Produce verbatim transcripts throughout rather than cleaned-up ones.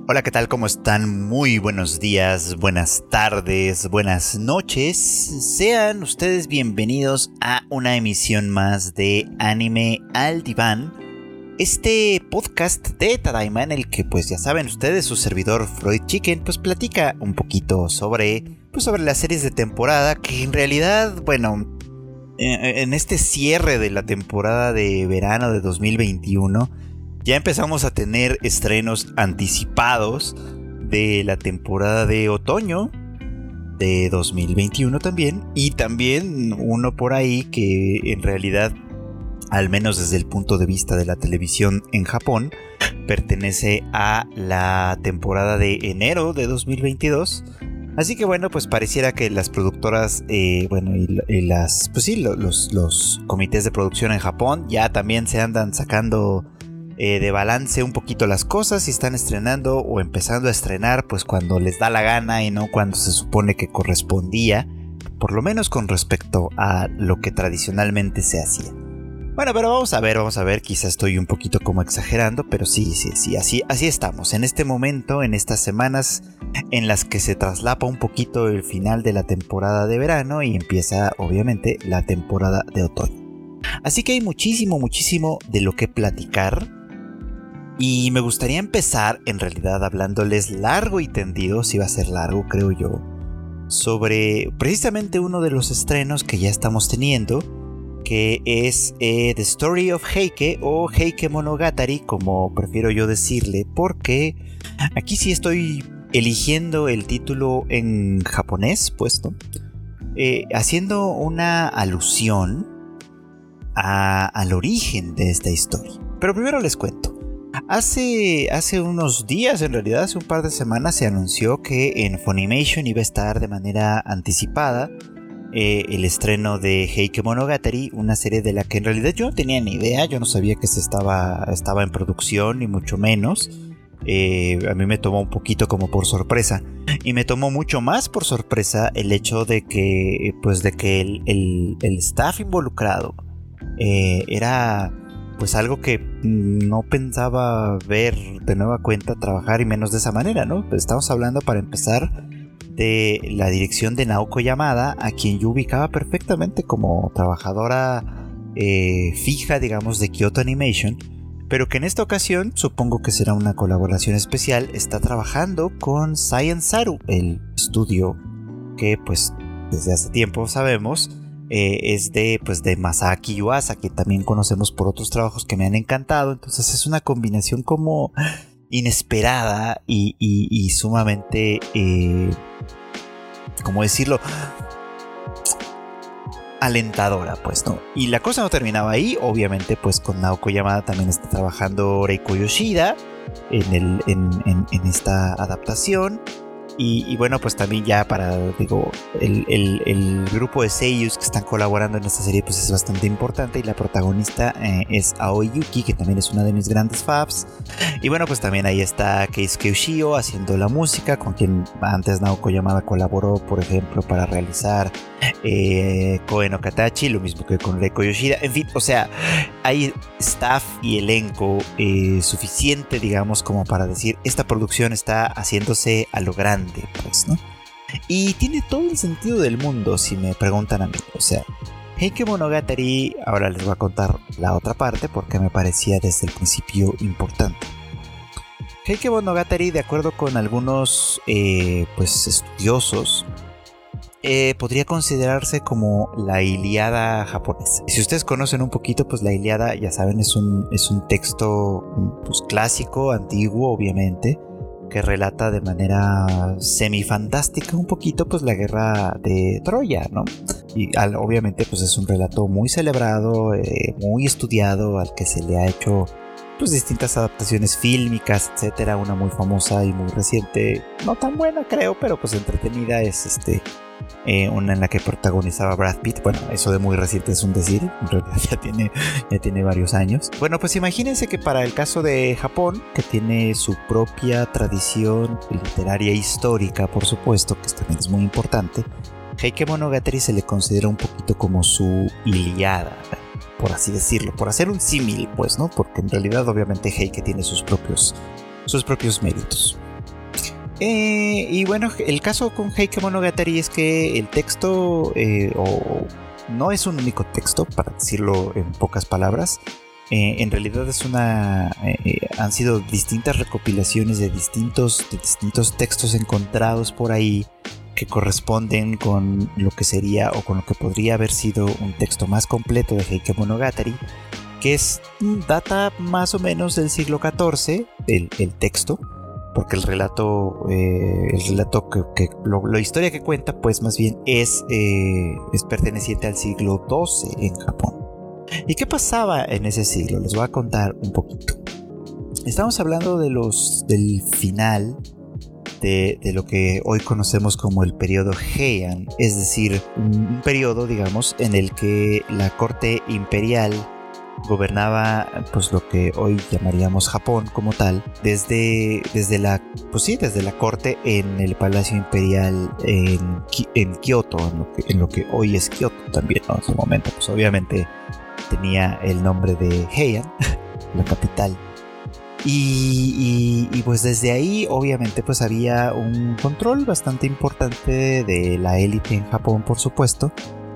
Hola, ¿qué tal? ¿Cómo están? Muy buenos días, buenas tardes, buenas noches. Sean ustedes bienvenidos a una emisión más de Anime al Diván. Este podcast de Tadaima en el que, pues ya saben ustedes, su servidor Freud Chicken, pues platica un poquito sobre, pues sobre las series de temporada que en realidad, bueno, en este cierre de la temporada de verano de dos mil veintiuno, ya empezamos a tener estrenos anticipados de la temporada de otoño de dos mil veintiuno también. Y también uno por ahí que en realidad, al menos desde el punto de vista de la televisión en Japón, pertenece a la temporada de enero de dos mil veintidós. Así que bueno, pues pareciera que las productoras, eh, bueno, y, y las, pues sí, los, los comités de producción en Japón ya también se andan sacando Eh, de balance un poquito las cosas y están estrenando o empezando a estrenar pues cuando les da la gana y no cuando se supone que correspondía, por lo menos con respecto a lo que tradicionalmente se hacía. Bueno, pero vamos a ver, vamos a ver, quizás estoy un poquito como exagerando, pero sí, sí, sí, así, así estamos, en este momento, en estas semanas en las que se traslapa un poquito el final de la temporada de verano y empieza obviamente la temporada de otoño. Así que hay muchísimo, muchísimo de lo que platicar. Y me gustaría empezar en realidad hablándoles largo y tendido, si va a ser largo creo yo, sobre precisamente uno de los estrenos que ya estamos teniendo, que es eh, The Story of Heike o Heike Monogatari, como prefiero yo decirle, porque aquí sí estoy eligiendo el título en japonés puesto, eh, haciendo una alusión a, al origen de esta historia. Pero primero les cuento. Hace, hace unos días, en realidad hace un par de semanas, se anunció que en Funimation iba a estar de manera anticipada eh, el estreno de Heike Monogatari, una serie de la que en realidad yo no tenía ni idea, yo no sabía que se estaba, estaba en producción, ni mucho menos. Eh, a mí me tomó un poquito como por sorpresa, y me tomó mucho más por sorpresa el hecho de que, pues, de que el, el, el staff involucrado eh, era... pues algo que no pensaba ver de nueva cuenta trabajar, y menos de esa manera, ¿no? Pues estamos hablando, para empezar, de la dirección de Naoko Yamada, a quien yo ubicaba perfectamente como trabajadora eh, fija, digamos, de Kyoto Animation, pero que en esta ocasión, supongo que será una colaboración especial, está trabajando con Science Saru, el estudio que, pues, desde hace tiempo sabemos Eh, es de, pues, de Masaaki Yuasa, que también conocemos por otros trabajos que me han encantado. Entonces es una combinación como inesperada y, y, y sumamente, eh, ¿cómo decirlo?, alentadora, pues, ¿no? Y la cosa no terminaba ahí. Obviamente, pues, con Naoko Yamada también está trabajando Reiko Yoshida en, el, en, en, en esta adaptación. Y, y bueno, pues también ya para, digo, el, el, el grupo de seiyus que están colaborando en esta serie pues es bastante importante, y la protagonista eh, es Aoi Yuki, que también es una de mis grandes faves. Y bueno, pues también ahí está Keisuke Ushio haciendo la música, con quien antes Naoko Yamada colaboró, por ejemplo, para realizar eh, Koe no Katachi, lo mismo que con Reiko Yoshida. En fin, o sea, hay staff y elenco eh, suficiente, digamos, como para decir, esta producción está haciéndose a lo grande, pues, ¿no? Y tiene todo el sentido del mundo, si me preguntan a mí. O sea, Heike Monogatari, ahora les voy a contar la otra parte porque me parecía desde el principio importante. Heike Monogatari, de acuerdo con algunos eh, pues estudiosos, eh, podría considerarse como la Ilíada japonesa. Si ustedes conocen un poquito, pues la Ilíada, ya saben, es un, es un texto pues, clásico, antiguo, obviamente, que relata de manera semifantástica un poquito pues la guerra de Troya, ¿no? Y al, obviamente pues es un relato muy celebrado, eh, muy estudiado, al que se le ha hecho pues distintas adaptaciones fílmicas, etcétera. Una muy famosa y muy reciente, no tan buena creo, pero pues entretenida, es este eh, una en la que protagonizaba Brad Pitt. Bueno, eso de muy reciente es un decir, en realidad ya tiene, ya tiene varios años. Bueno, pues imagínense que para el caso de Japón, que tiene su propia tradición literaria e histórica, por supuesto, que también es muy importante, Heike Monogatari se le considera un poquito como su Ilíada, por así decirlo, por hacer un símil, pues, ¿no? Porque en realidad obviamente Heike tiene sus propios, sus propios méritos. Eh, y bueno, el caso con Heike Monogatari es que el texto, eh, o no es un único texto, para decirlo en pocas palabras. Eh, en realidad es una eh, han sido distintas recopilaciones de distintos, de distintos textos encontrados por ahí que corresponden con lo que sería o con lo que podría haber sido un texto más completo de Heike Monogatari, que es data más o menos del siglo catorce, el, el texto, porque el relato, eh, el relato que, que lo, la historia que cuenta, pues más bien es, eh, es perteneciente al siglo doce en Japón. ¿Y qué pasaba en ese siglo? Les voy a contar un poquito. Estamos hablando de los, del final de, de lo que hoy conocemos como el periodo Heian, es decir, un periodo, digamos, en el que la corte imperial gobernaba, pues, lo que hoy llamaríamos Japón como tal, desde, desde la, pues sí, desde la corte en el Palacio Imperial en, en Kioto, en lo, que, en lo que hoy es Kioto también, ¿no? En su momento, pues obviamente tenía el nombre de Heian, la capital. Y, y, y pues desde ahí obviamente pues había un control bastante importante de la élite en Japón, por supuesto,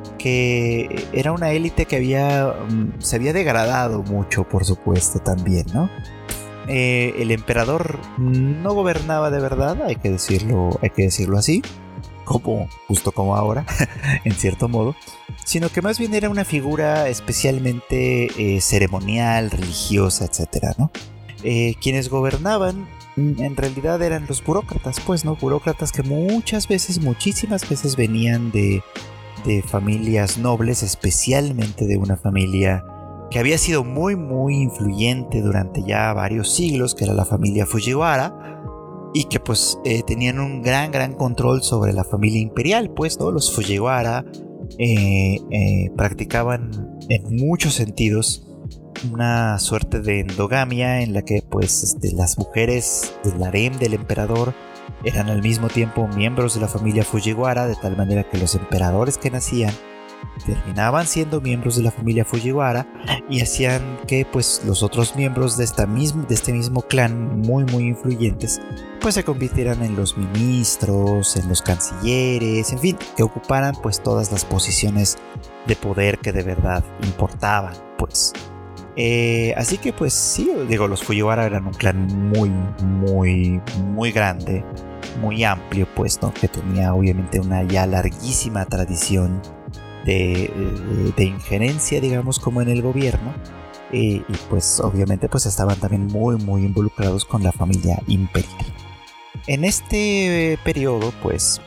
que era una élite que había se había degradado mucho, por supuesto, también, ¿no? Eh, el emperador no gobernaba de verdad, hay que decirlo, hay que decirlo así, como justo como ahora, en cierto modo, sino que más bien era una figura especialmente eh, ceremonial, religiosa, etcétera, ¿no? Eh, quienes gobernaban en realidad eran los burócratas, pues, ¿no? Burócratas que muchas veces, muchísimas veces venían de, de familias nobles, especialmente de una familia que había sido muy, muy influyente durante ya varios siglos, que era la familia Fujiwara, y que pues eh, tenían un gran, gran control sobre la familia imperial, pues, ¿no? Los Fujiwara eh, eh, practicaban en muchos sentidos una suerte de endogamia en la que pues este, las mujeres del harem del emperador eran al mismo tiempo miembros de la familia Fujiwara, de tal manera que los emperadores que nacían terminaban siendo miembros de la familia Fujiwara y hacían que pues los otros miembros de, esta misma, de este mismo clan muy muy influyentes pues se convirtieran en los ministros, en los cancilleres, en fin, que ocuparan pues todas las posiciones de poder que de verdad importaban, pues. Eh, así que pues sí, digo, los Fujiwara eran un clan muy, muy, muy grande, muy amplio, pues, ¿no? Que tenía obviamente una ya larguísima tradición de, de, de injerencia, digamos, como en el gobierno. Eh, y pues obviamente pues estaban también muy, muy involucrados con la familia imperial. En este periodo, pues,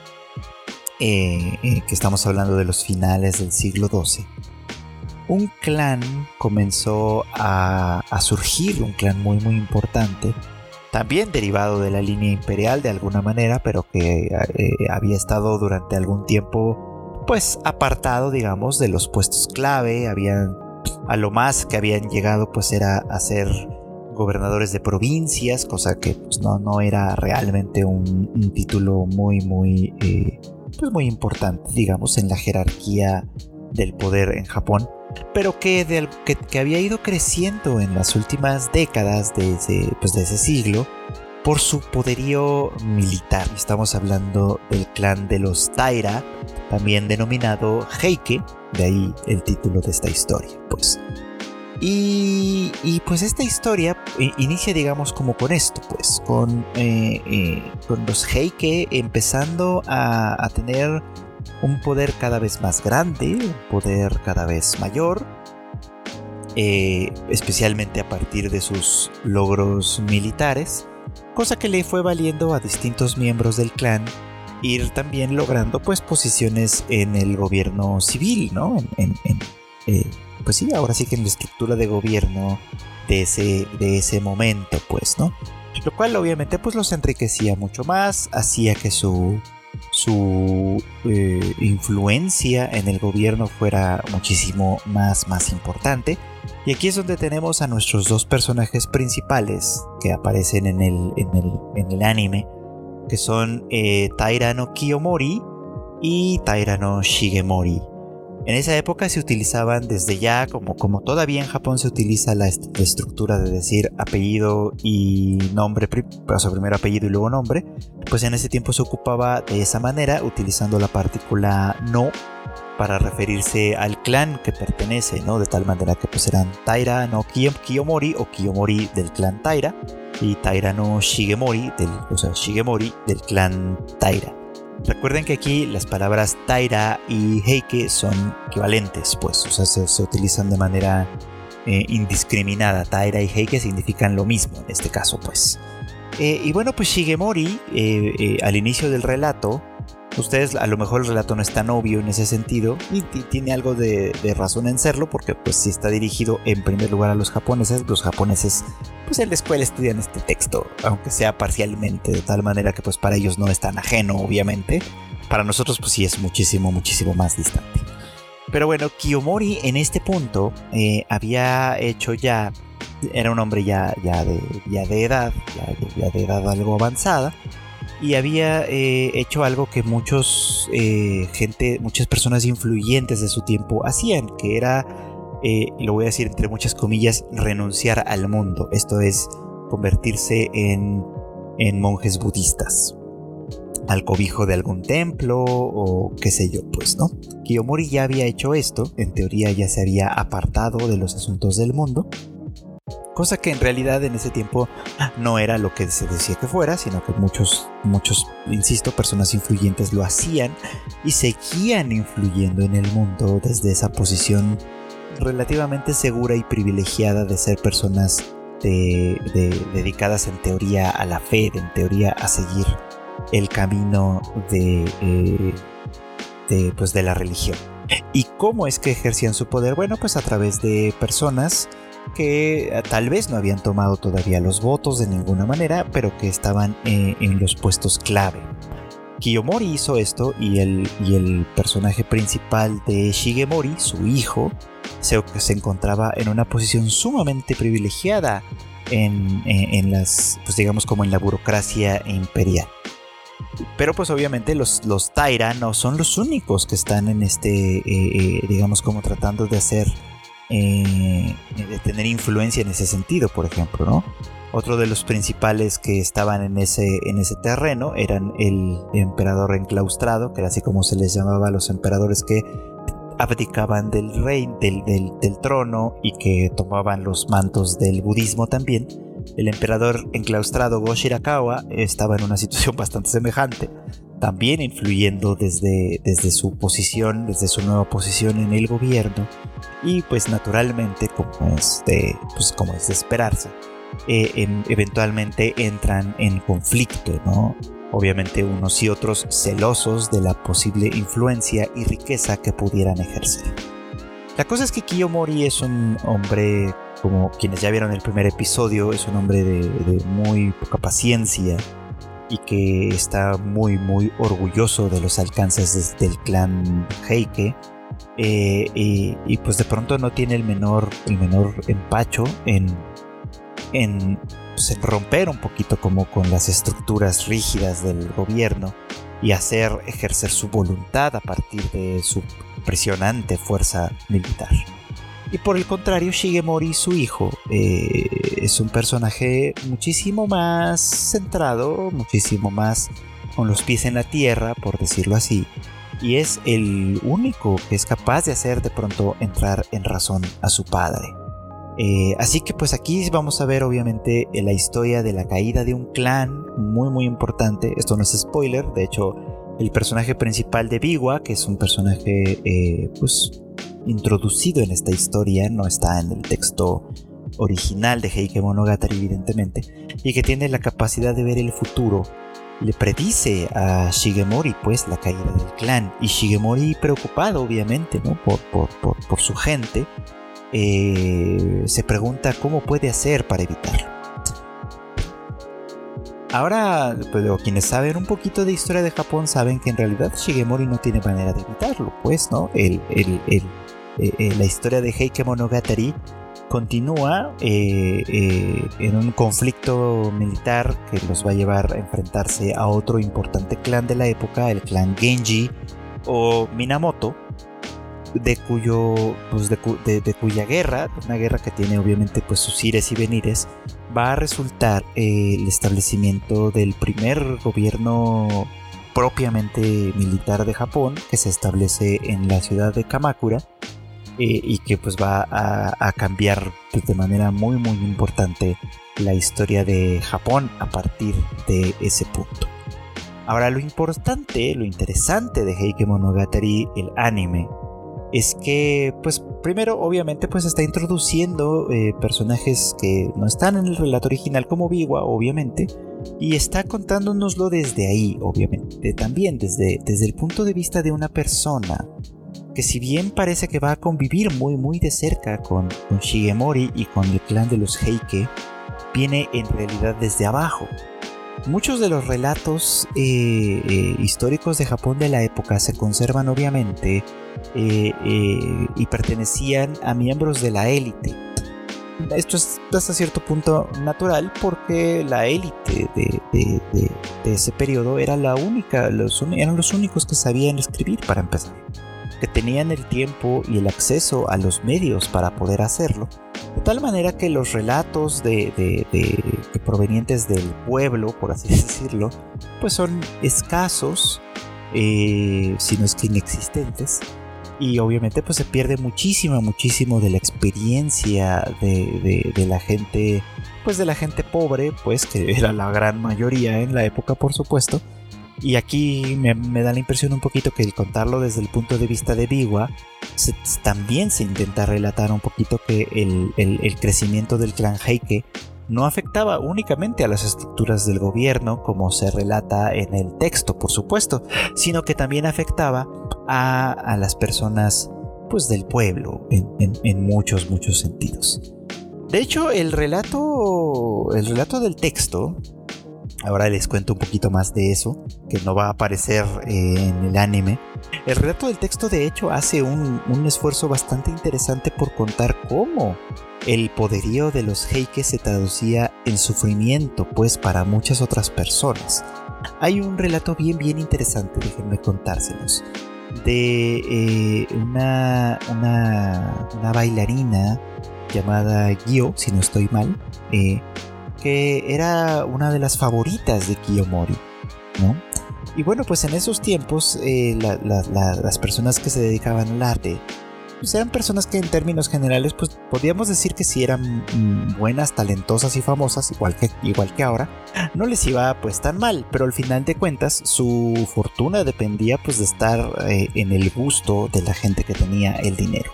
eh, eh, que estamos hablando de los finales del siglo doce, un clan comenzó a, a surgir, un clan muy muy importante, también derivado de la línea imperial de alguna manera, pero que eh, había estado durante algún tiempo pues apartado, digamos, de los puestos clave. Habían, a lo más que habían llegado pues era a ser gobernadores de provincias, cosa que pues no, no era realmente un, un título muy muy eh, pues muy importante, digamos, en la jerarquía del poder en Japón, pero que, de, que, que había ido creciendo en las últimas décadas de ese, pues de ese siglo por su poderío militar. Estamos hablando del clan de los Taira, también denominado Heike, de ahí el título de esta historia, pues. Y, y pues esta historia inicia, digamos, como con esto, pues, con, eh, eh, con los Heike empezando a, a tener un poder cada vez más grande, un poder cada vez mayor, eh, especialmente a partir de sus logros militares, cosa que le fue valiendo a distintos miembros del clan ir también logrando pues posiciones en el gobierno civil, ¿no? En, en, en, eh, pues sí, ahora sí que en la estructura de gobierno de ese, de ese momento, pues, ¿no? Lo cual obviamente pues los enriquecía mucho más, hacía que su su eh, influencia en el gobierno fuera muchísimo más, más importante. Y aquí es donde tenemos a nuestros dos personajes principales que aparecen en el, en el, en el anime, que son eh, Taira no Kiyomori y Taira no Shigemori. En esa época se utilizaban desde ya, como, como todavía en Japón se utiliza la, est- la estructura de decir apellido y nombre, pri- o sea, primero apellido y luego nombre, pues en ese tiempo se ocupaba de esa manera, utilizando la partícula no para referirse al clan que pertenece, ¿no? De tal manera que pues eran Taira no Kiyo- Kiyomori o Kiyomori del clan Taira y Taira no Shigemori, del, o sea, Shigemori del clan Taira. Recuerden que aquí las palabras Taira y Heike son equivalentes, pues, o sea, se, se utilizan de manera eh, indiscriminada. Taira y Heike significan lo mismo en este caso, pues. Eh, y bueno, pues Shigemori, eh, eh, al inicio del relato, ustedes, a lo mejor el relato no es tan obvio en ese sentido, y t- tiene algo de, de razón en serlo, porque pues si está dirigido en primer lugar a los japoneses, los japoneses pues en la escuela estudian este texto, aunque sea parcialmente, de tal manera que pues para ellos no es tan ajeno, obviamente. Para nosotros pues sí es muchísimo, muchísimo más distante. Pero bueno, Kiyomori en este punto eh, había hecho ya, era un hombre ya, ya, de, ya de edad, ya de, ya de edad algo avanzada, y había eh, hecho algo que muchos eh, gente, muchas personas influyentes de su tiempo hacían, que era, eh, lo voy a decir entre muchas comillas, renunciar al mundo. Esto es convertirse en, en monjes budistas, al cobijo de algún templo o qué sé yo, pues, ¿no? Kiyomori ya había hecho esto, en teoría ya se había apartado de los asuntos del mundo, cosa que en realidad en ese tiempo no era lo que se decía que fuera, sino que muchos, muchos, insisto, personas influyentes lo hacían y seguían influyendo en el mundo desde esa posición relativamente segura y privilegiada de ser personas de, de, dedicadas en teoría a la fe, en teoría a seguir el camino de, eh, de, pues de la religión. ¿Y cómo es que ejercían su poder? Bueno, pues a través de personas que tal vez no habían tomado todavía los votos de ninguna manera, pero que estaban eh, en los puestos clave. Kiyomori hizo esto y el, y el personaje principal de Shigemori, su hijo, se, se encontraba en una posición sumamente privilegiada en, en, en las, pues digamos como en la burocracia imperial. Pero pues obviamente los, los Taira no son los únicos que están en este, eh, eh, digamos como tratando de hacer, eh, de tener influencia en ese sentido, por ejemplo, ¿no? Otro de los principales que estaban en ese, en ese terreno eran el emperador enclaustrado, que era así como se les llamaba a los emperadores que abdicaban del rey, del, del, del trono y que tomaban los mantos del budismo también. El emperador enclaustrado Go Shirakawa estaba en una situación bastante semejante, también influyendo desde, desde su posición, desde su nueva posición en el gobierno, y pues naturalmente, como es de, pues como es de esperarse, eh, en, eventualmente entran en conflicto, ¿no? Obviamente unos y otros celosos de la posible influencia y riqueza que pudieran ejercer. La cosa es que Kiyomori es un hombre, como quienes ya vieron el primer episodio, es un hombre de, de muy poca paciencia y que está muy muy orgulloso de los alcances del clan Heike, eh, y, y pues de pronto no tiene el menor, el menor empacho en, en, pues en romper un poquito como con las estructuras rígidas del gobierno y hacer ejercer su voluntad a partir de su impresionante fuerza militar. Y por el contrario, Shigemori, su hijo, eh, es un personaje muchísimo más centrado, muchísimo más con los pies en la tierra, por decirlo así, y es el único que es capaz de hacer de pronto entrar en razón a su padre. Eh, así que pues aquí vamos a ver obviamente la historia de la caída de un clan muy muy importante. Esto no es spoiler, de hecho el personaje principal de Biwa, que es un personaje eh, pues introducido en esta historia, no está en el texto original de Heike Monogatari evidentemente, y que tiene la capacidad de ver el futuro, le predice a Shigemori pues la caída del clan, y Shigemori, preocupado obviamente, ¿no? por, por, por, por su gente, eh, se pregunta cómo puede hacer para evitarlo. Ahora, pues, quienes saben un poquito de historia de Japón saben que en realidad Shigemori no tiene manera de evitarlo, pues, ¿no? El, el, el, eh, la historia de Heike Monogatari continúa eh, eh, en un conflicto militar que los va a llevar a enfrentarse a otro importante clan de la época, el clan Genji o Minamoto, de cuyo pues de, de, de cuya guerra, una guerra que tiene obviamente pues sus ires y venires, va a resultar eh, el establecimiento del primer gobierno propiamente militar de Japón, que se establece en la ciudad de Kamakura, eh, y que pues va a, a cambiar pues, de manera muy muy importante la historia de Japón a partir de ese punto. Ahora, lo importante, lo interesante de Heike Monogatari, el anime, es que, pues, primero, obviamente, pues está introduciendo eh, personajes que no están en el relato original como Biwa, obviamente, y está contándonoslo desde ahí, obviamente, también desde, desde el punto de vista de una persona que, si bien parece que va a convivir muy, muy de cerca con, con Shigemori y con el clan de los Heike, viene en realidad desde abajo. Muchos de los relatos eh, eh, históricos de Japón de la época se conservan obviamente eh, eh, y pertenecían a miembros de la élite. Esto es hasta cierto punto natural porque la élite de, de, de, de ese periodo era la única, los, eran los únicos que sabían escribir para empezar, que tenían el tiempo y el acceso a los medios para poder hacerlo. De tal manera que los relatos de, de, de, de provenientes del pueblo, por así decirlo, pues son escasos, eh, si no es que inexistentes, y obviamente pues se pierde muchísimo, muchísimo de la experiencia de, de, de la gente, pues de la gente pobre, pues que era la gran mayoría en la época, por supuesto. Y aquí me, me da la impresión un poquito que el contarlo desde el punto de vista de Biwa, se, también se intenta relatar un poquito que el, el, el crecimiento del clan Heike no afectaba únicamente a las estructuras del gobierno, como se relata en el texto, por supuesto, sino que también afectaba a, a las personas pues, del pueblo en, en, en muchos, muchos sentidos. De hecho, el relato, el relato del texto, ahora les cuento un poquito más de eso, que no va a aparecer eh, en el anime. El relato del texto, de hecho, hace un, un esfuerzo bastante interesante por contar cómo el poderío de los Heike se traducía en sufrimiento, pues, para muchas otras personas. Hay un relato bien, bien interesante, déjenme contárselos, de eh, una, una, una bailarina llamada Gyo, si no estoy mal, eh, que era una de las favoritas de Kiyomori, ¿no? Y bueno, pues en esos tiempos eh, la, la, la, las personas que se dedicaban al arte pues eran personas que en términos generales pues podríamos decir que sí eran mm, buenas, talentosas y famosas, igual que, igual que ahora. No les iba pues tan mal, pero al final de cuentas su fortuna dependía pues de estar eh, en el gusto de la gente que tenía el dinero.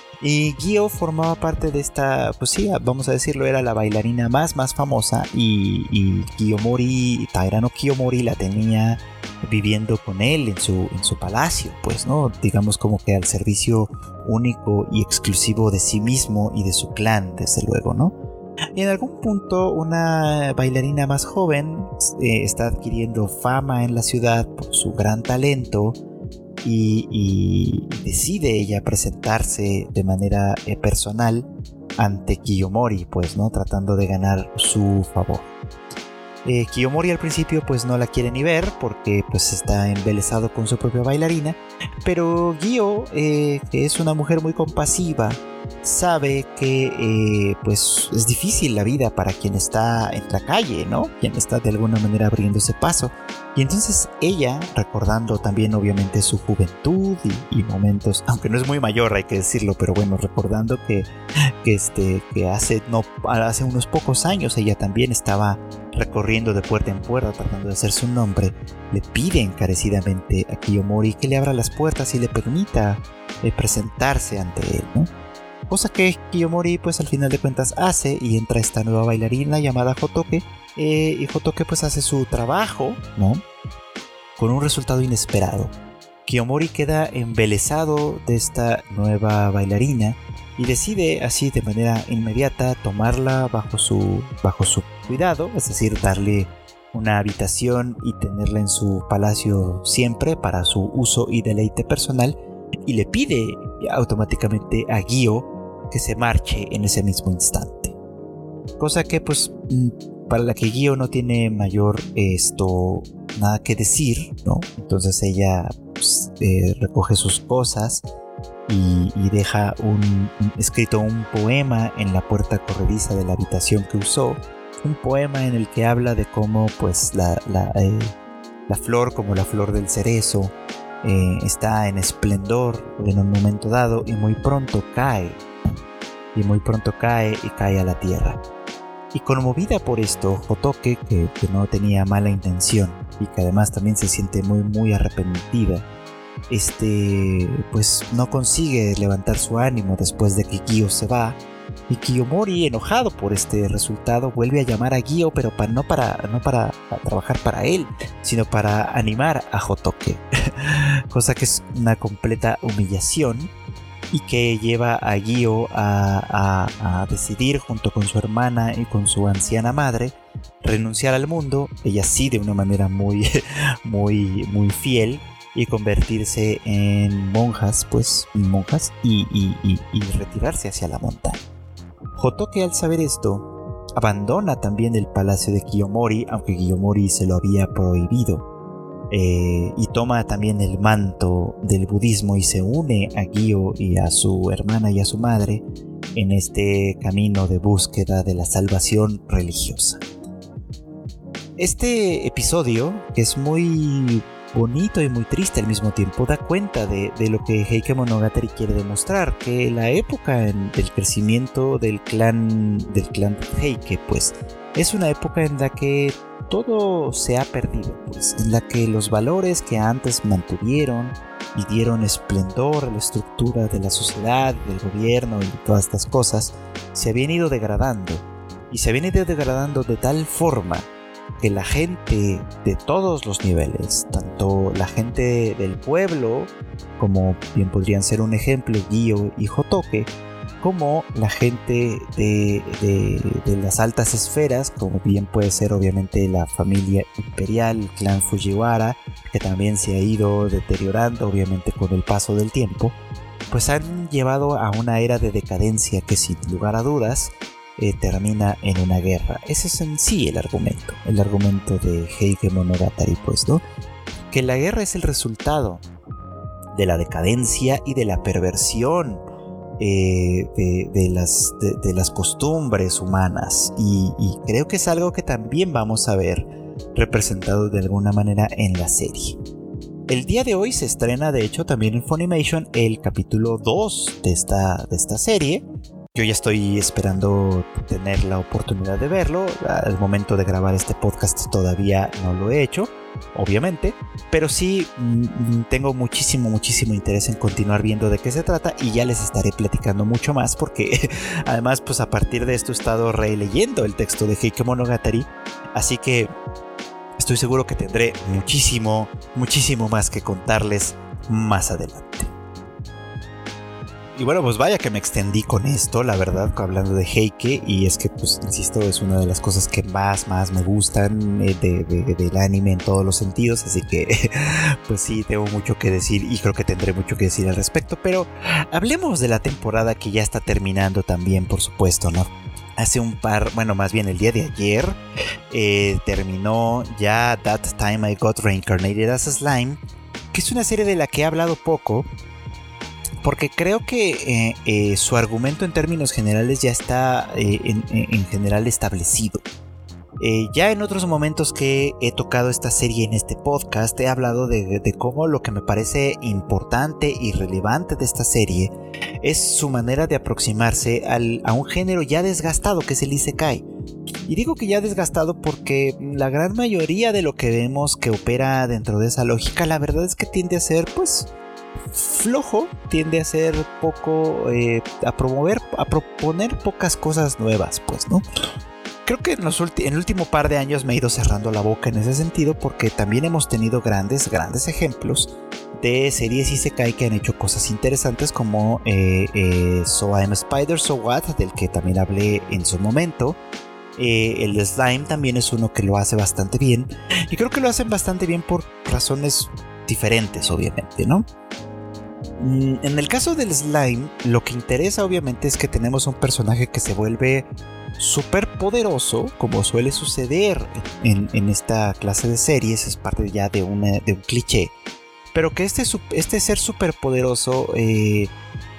Y Gyo formaba parte de esta, pues sí, vamos a decirlo, era la bailarina más, más famosa, y, y Kiyomori, Tairano Kiyomori la tenía viviendo con él en su, en su palacio, pues, ¿no? Digamos como que al servicio único y exclusivo de sí mismo y de su clan, desde luego, ¿no? Y en algún punto una bailarina más joven eh, está adquiriendo fama en la ciudad por su gran talento, Y, y decide ella presentarse de manera eh, personal ante Kiyomori, pues, ¿no? Tratando de ganar su favor. Eh, Kiyomori al principio pues no la quiere ni ver porque pues está embelesado con su propia bailarina, pero Gyo, eh, que es una mujer muy compasiva, sabe que eh, pues es difícil la vida para quien está en la calle, ¿no? Quien está de alguna manera abriéndose paso. Y entonces ella, recordando también obviamente su juventud y, y momentos, aunque no es muy mayor hay que decirlo, pero bueno, recordando que, que, este, que hace, no, hace unos pocos años ella también estaba recorriendo de puerta en puerta tratando de hacerse un nombre, le pide encarecidamente a Kiyomori que le abra las puertas y le permita eh, presentarse ante él, ¿no? Cosa que Kiyomori pues al final de cuentas hace, y entra esta nueva bailarina llamada Hotoke, eh, y Hotoke pues hace su trabajo, ¿no? Con un resultado inesperado. Kiyomori queda embelesado de esta nueva bailarina y decide así de manera inmediata tomarla bajo su, bajo su cuidado, es decir, darle una habitación y tenerla en su palacio siempre para su uso y deleite personal, y le pide automáticamente a Gyo que se marche en ese mismo instante. Cosa que pues para la que Gyo no tiene mayor esto nada que decir, ¿no? Entonces ella pues, eh, recoge sus cosas y, y deja un, un, escrito un poema en la puerta corrediza de la habitación que usó. Un poema en el que habla de cómo pues la, la, eh, la flor, como la flor del cerezo, eh, está en esplendor en un momento dado y muy pronto cae. Y muy pronto cae y cae a la tierra. Y conmovida por esto, Hotoke, que, que no tenía mala intención y que además también se siente muy muy arrepentida, este, pues no consigue levantar su ánimo después de que Gyo se va. Y Kiyomori, enojado por este resultado, vuelve a llamar a Gyo, pero pa, no, para, no para trabajar para él, sino para animar a Hotoke. Cosa que es una completa humillación y que lleva a Gyo a, a, a decidir, junto con su hermana y con su anciana madre, renunciar al mundo, ella sí de una manera muy, muy, muy fiel, y convertirse en monjas, pues monjas, y, y, y, y retirarse hacia la montaña. Hotoke, al saber esto, abandona también el palacio de Kiyomori, aunque Kiyomori se lo había prohibido, eh, y toma también el manto del budismo y se une a Gyo y a su hermana y a su madre en este camino de búsqueda de la salvación religiosa. Este episodio, que es muy bonito y muy triste al mismo tiempo, da cuenta de, de lo que Heike Monogatari quiere demostrar, que la época en, del crecimiento del clan del clan Heike, pues es una época en la que todo se ha perdido, pues, en la que los valores que antes mantuvieron y dieron esplendor a la estructura de la sociedad, del gobierno y todas estas cosas, se habían ido degradando, y se habían ido degradando de tal forma que la gente de todos los niveles, tanto la gente del pueblo, como bien podrían ser un ejemplo Gyo y Hotoke, como la gente de, de, de las altas esferas, como bien puede ser obviamente la familia imperial, el clan Fujiwara, que también se ha ido deteriorando obviamente con el paso del tiempo, pues han llevado a una era de decadencia que sin lugar a dudas Eh, termina en una guerra. Ese es en sí el argumento, el argumento de Heike Monogatari, pues, ¿no? Que la guerra es el resultado de la decadencia y de la perversión eh, de, de, las, de, de las costumbres humanas, y, y creo que es algo que también vamos a ver representado de alguna manera en la serie. El día de hoy se estrena, de hecho, también en Funimation el capítulo dos de esta, de esta serie. Yo ya estoy esperando tener la oportunidad de verlo. Al momento de grabar este podcast todavía no lo he hecho, obviamente, pero sí mmm, tengo muchísimo, muchísimo interés en continuar viendo de qué se trata, y ya les estaré platicando mucho más, porque además, pues a partir de esto he estado releyendo el texto de Heike Monogatari, así que estoy seguro que tendré muchísimo, muchísimo más que contarles más adelante. Y bueno, pues vaya que me extendí con esto, la verdad, hablando de Heike, y es que, pues, insisto, es una de las cosas que más, más me gustan eh, de, de, del anime en todos los sentidos, así que, pues sí, tengo mucho que decir y creo que tendré mucho que decir al respecto, pero hablemos de la temporada que ya está terminando también, por supuesto, ¿no? Hace un par, bueno, más bien el día de ayer, eh, terminó ya That Time I Got Reincarnated as a Slime, que es una serie de la que he hablado poco, porque creo que eh, eh, su argumento en términos generales ya está eh, en, en general establecido. Eh, ya en otros momentos que he tocado esta serie en este podcast, he hablado de, de cómo lo que me parece importante y relevante de esta serie es su manera de aproximarse al, a un género ya desgastado, que es el Isekai. Y digo que ya desgastado porque la gran mayoría de lo que vemos que opera dentro de esa lógica, la verdad es que tiende a ser, pues, flojo, tiende a ser poco, eh, a promover, a proponer pocas cosas nuevas, pues, ¿no? Creo que en, los ulti- en el último par de años me he ido cerrando la boca en ese sentido, porque también hemos tenido grandes, grandes ejemplos de series Isekai que han hecho cosas interesantes, como eh, eh, So I'm a Spider, So What, del que también hablé en su momento. Eh, el Slime también es uno que lo hace bastante bien, y creo que lo hacen bastante bien por razones diferentes, obviamente, ¿no? En el caso del Slime, lo que interesa obviamente es que tenemos un personaje que se vuelve súper poderoso, como suele suceder en, en esta clase de series, es parte ya de, una, de un cliché, pero que este, este ser súper poderoso eh,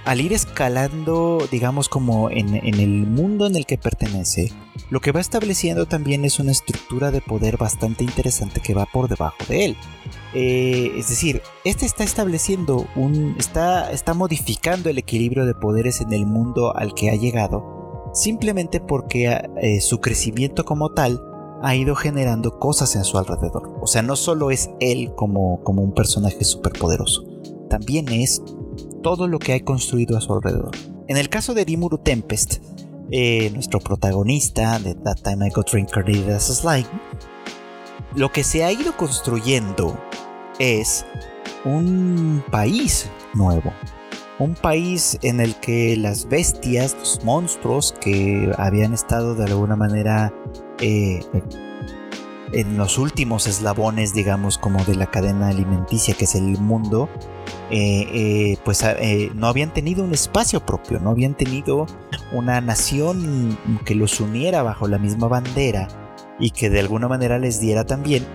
al ir escalando, digamos, como en, en el mundo en el que pertenece, lo que va estableciendo también es una estructura de poder bastante interesante que va por debajo de él. Eh, es decir, este está estableciendo un, está, está modificando el equilibrio de poderes en el mundo al que ha llegado, simplemente porque eh, su crecimiento como tal ha ido generando cosas en su alrededor. O sea, no solo es él como, como un personaje superpoderoso, también es todo lo que hay construido a su alrededor. En el caso de Rimuru Tempest, eh, nuestro protagonista de That Time I Got Reincarnated as a Slime, lo que se ha ido construyendo es un país nuevo. Un país en el que las bestias, los monstruos que habían estado de alguna manera eh, en los últimos eslabones, digamos, como de la cadena alimenticia que es el mundo, eh, eh, pues eh, no habían tenido un espacio propio, no habían tenido una nación que los uniera bajo la misma bandera y que de alguna manera les diera también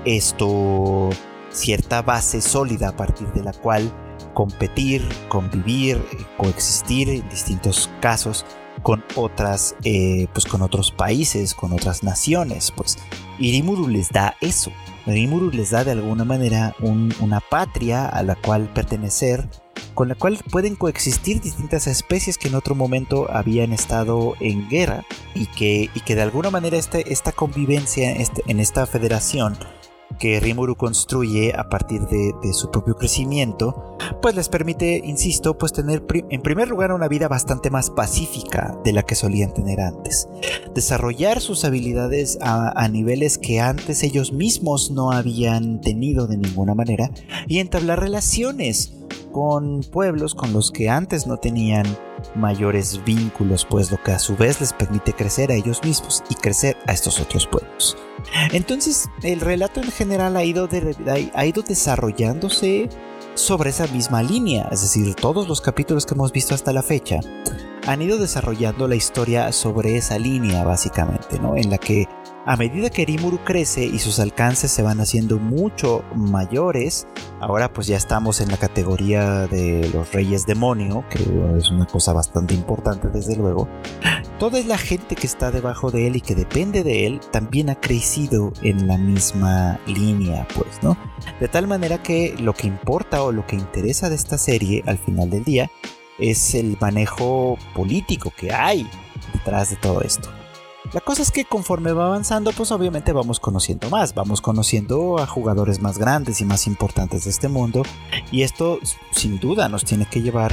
esto, cierta base sólida a partir de la cual competir, convivir, coexistir en distintos casos con otras, eh, pues con otros países, con otras naciones, pues. Y Rimuru les da eso. Rimuru les da de alguna manera un, una patria a la cual pertenecer, con la cual pueden coexistir distintas especies que en otro momento habían estado en guerra y que, y que de alguna manera este, esta convivencia este, en esta federación que Rimuru construye a partir de, de su propio crecimiento, pues les permite, insisto, pues tener pri- en primer lugar una vida bastante más pacífica de la que solían tener antes, desarrollar sus habilidades a, a niveles que antes ellos mismos no habían tenido de ninguna manera, y entablar relaciones con pueblos con los que antes no tenían mayores vínculos, pues lo que a su vez les permite crecer a ellos mismos y crecer a estos otros pueblos. Entonces el relato en general ha ido, de, ha ido desarrollándose sobre esa misma línea, es decir, todos los capítulos que hemos visto hasta la fecha han ido desarrollando la historia sobre esa línea básicamente, ¿no? En la que a medida que Rimuru crece y sus alcances se van haciendo mucho mayores, ahora pues ya estamos en la categoría de los Reyes Demonio, que es una cosa bastante importante desde luego. Toda la gente que está debajo de él y que depende de él también ha crecido en la misma línea, pues, ¿no? De tal manera que lo que importa o lo que interesa de esta serie al final del día es el manejo político que hay detrás de todo esto. La cosa es que conforme va avanzando, pues obviamente vamos conociendo más, vamos conociendo a jugadores más grandes y más importantes de este mundo, y esto sin duda nos tiene que llevar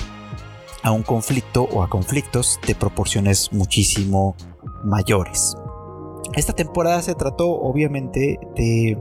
a un conflicto o a conflictos de proporciones muchísimo mayores. Esta temporada se trató obviamente de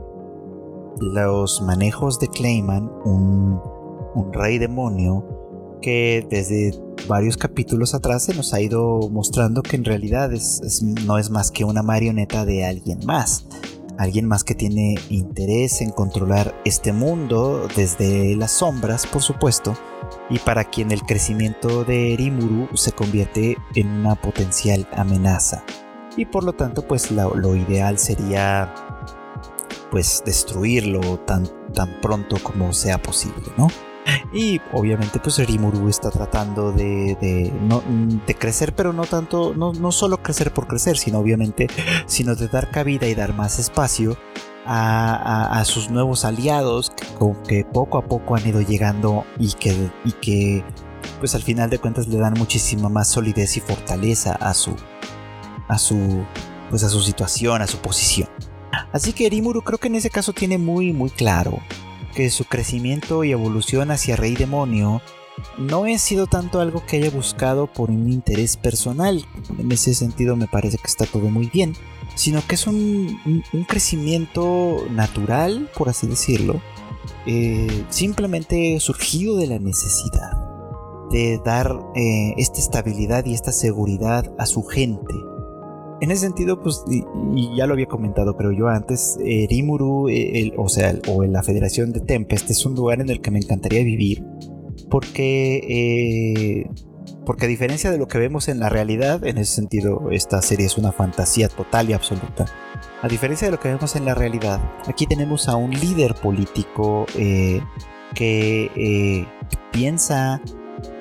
los manejos de Clayman, un, un rey demonio que desde varios capítulos atrás se nos ha ido mostrando que en realidad es, es, no es más que una marioneta de alguien más. Alguien más que tiene interés en controlar este mundo desde las sombras, por supuesto, y para quien el crecimiento de Rimuru se convierte en una potencial amenaza. Y por lo tanto, pues lo, lo ideal sería pues destruirlo tan, tan pronto como sea posible, ¿no? Y obviamente pues Rimuru está tratando de, de, no, de crecer, pero no tanto, no, no solo crecer por crecer, sino obviamente, sino de dar cabida y dar más espacio a, a, a sus nuevos aliados que, que poco a poco han ido llegando y que, y que pues al final de cuentas le dan muchísima más solidez y fortaleza a su, a su, pues a su situación, a su posición. Así que Rimuru creo que en ese caso tiene muy muy claro que su crecimiento y evolución hacia Rey Demonio no ha sido tanto algo que haya buscado por un interés personal. En ese sentido me parece que está todo muy bien, sino que es un, un, un crecimiento natural, por así decirlo, eh, simplemente surgido de la necesidad de dar eh, esta estabilidad y esta seguridad a su gente. En ese sentido, pues, y, y ya lo había comentado, creo yo antes, eh, Rimuru, eh, el, o sea, el, o la Federación de Tempest es un lugar en el que me encantaría vivir, porque, eh, porque a diferencia de lo que vemos en la realidad, en ese sentido, esta serie es una fantasía total y absoluta. A diferencia de lo que vemos en la realidad, aquí tenemos a un líder político eh, que eh, piensa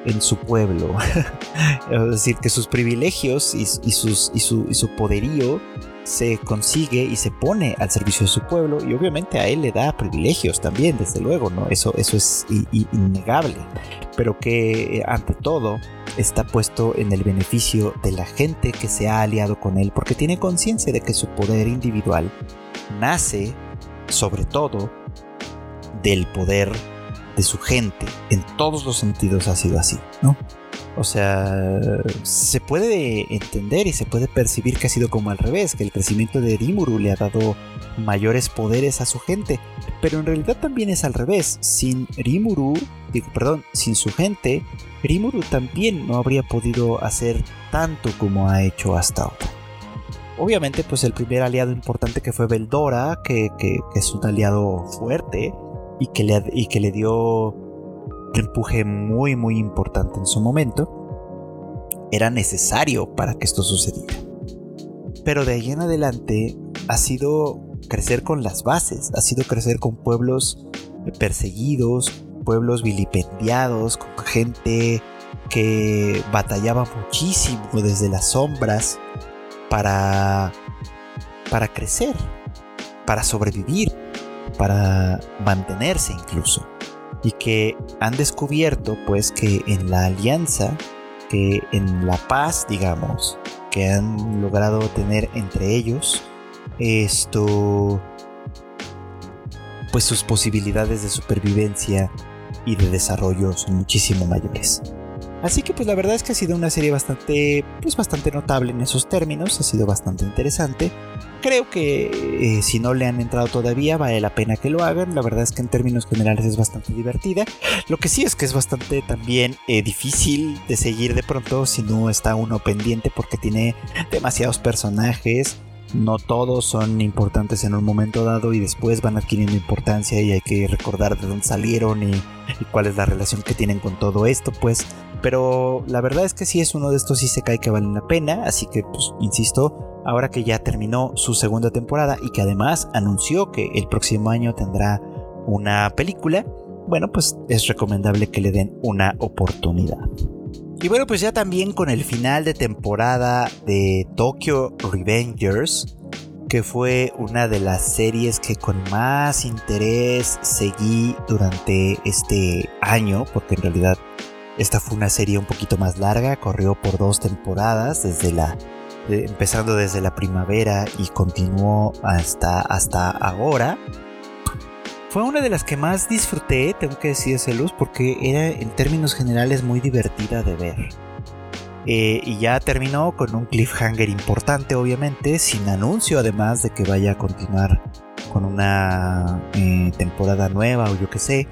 en su pueblo. Es decir, que sus privilegios y, y, sus, y, su, y su poderío se consigue y se pone al servicio de su pueblo, y obviamente a él le da privilegios también, desde luego, ¿no? Eso, eso es i- i- innegable, pero que ante todo está puesto en el beneficio de la gente que se ha aliado con él, porque tiene conciencia de que su poder individual nace sobre todo del poder de su gente. En todos los sentidos ha sido así, ¿no? O sea, se puede entender y se puede percibir que ha sido como al revés, que el crecimiento de Rimuru le ha dado mayores poderes a su gente, pero en realidad también es al revés. Sin Rimuru, digo, perdón, sin su gente, Rimuru también no habría podido hacer tanto como ha hecho hasta ahora. Obviamente, pues el primer aliado importante que fue Veldora, que, que, que es un aliado fuerte y que le, y que le dio un empuje muy muy importante en su momento, era necesario para que esto sucediera. Pero de ahí en adelante ha sido crecer con las bases, ha sido crecer con pueblos perseguidos, pueblos vilipendiados, con gente que batallaba muchísimo desde las sombras para, para crecer, para sobrevivir, para mantenerse incluso. Y que han descubierto pues que en la alianza, que en la paz, digamos, que han logrado tener entre ellos, esto, pues sus posibilidades de supervivencia y de desarrollo son muchísimo mayores. Así que pues la verdad es que ha sido una serie bastante, pues bastante notable en esos términos, ha sido bastante interesante. Creo que eh, si no le han entrado todavía vale la pena que lo hagan. La verdad es que en términos generales es bastante divertida. Lo que sí es que es bastante también eh, difícil de seguir de pronto si no está uno pendiente, porque tiene demasiados personajes. No todos son importantes en un momento dado y después van adquiriendo importancia y hay que recordar de dónde salieron y, y cuál es la relación que tienen con todo esto, pues. Pero la verdad es que sí es uno de estos isekai que valen la pena, así que pues insisto, ahora que ya terminó su segunda temporada y que además anunció que el próximo año tendrá una película, bueno, pues es recomendable que le den una oportunidad. Y bueno, pues ya también con el final de temporada de Tokyo Revengers, que fue una de las series que con más interés seguí durante este año, porque en realidad esta fue una serie un poquito más larga, corrió por dos temporadas, desde la, de, empezando desde la primavera y continuó hasta, hasta ahora. Fue una de las que más disfruté, tengo que decírselos, porque era en términos generales muy divertida de ver. Eh, y ya terminó con un cliffhanger importante, obviamente, sin anuncio además de que vaya a continuar con una eh, temporada nueva o yo qué sé.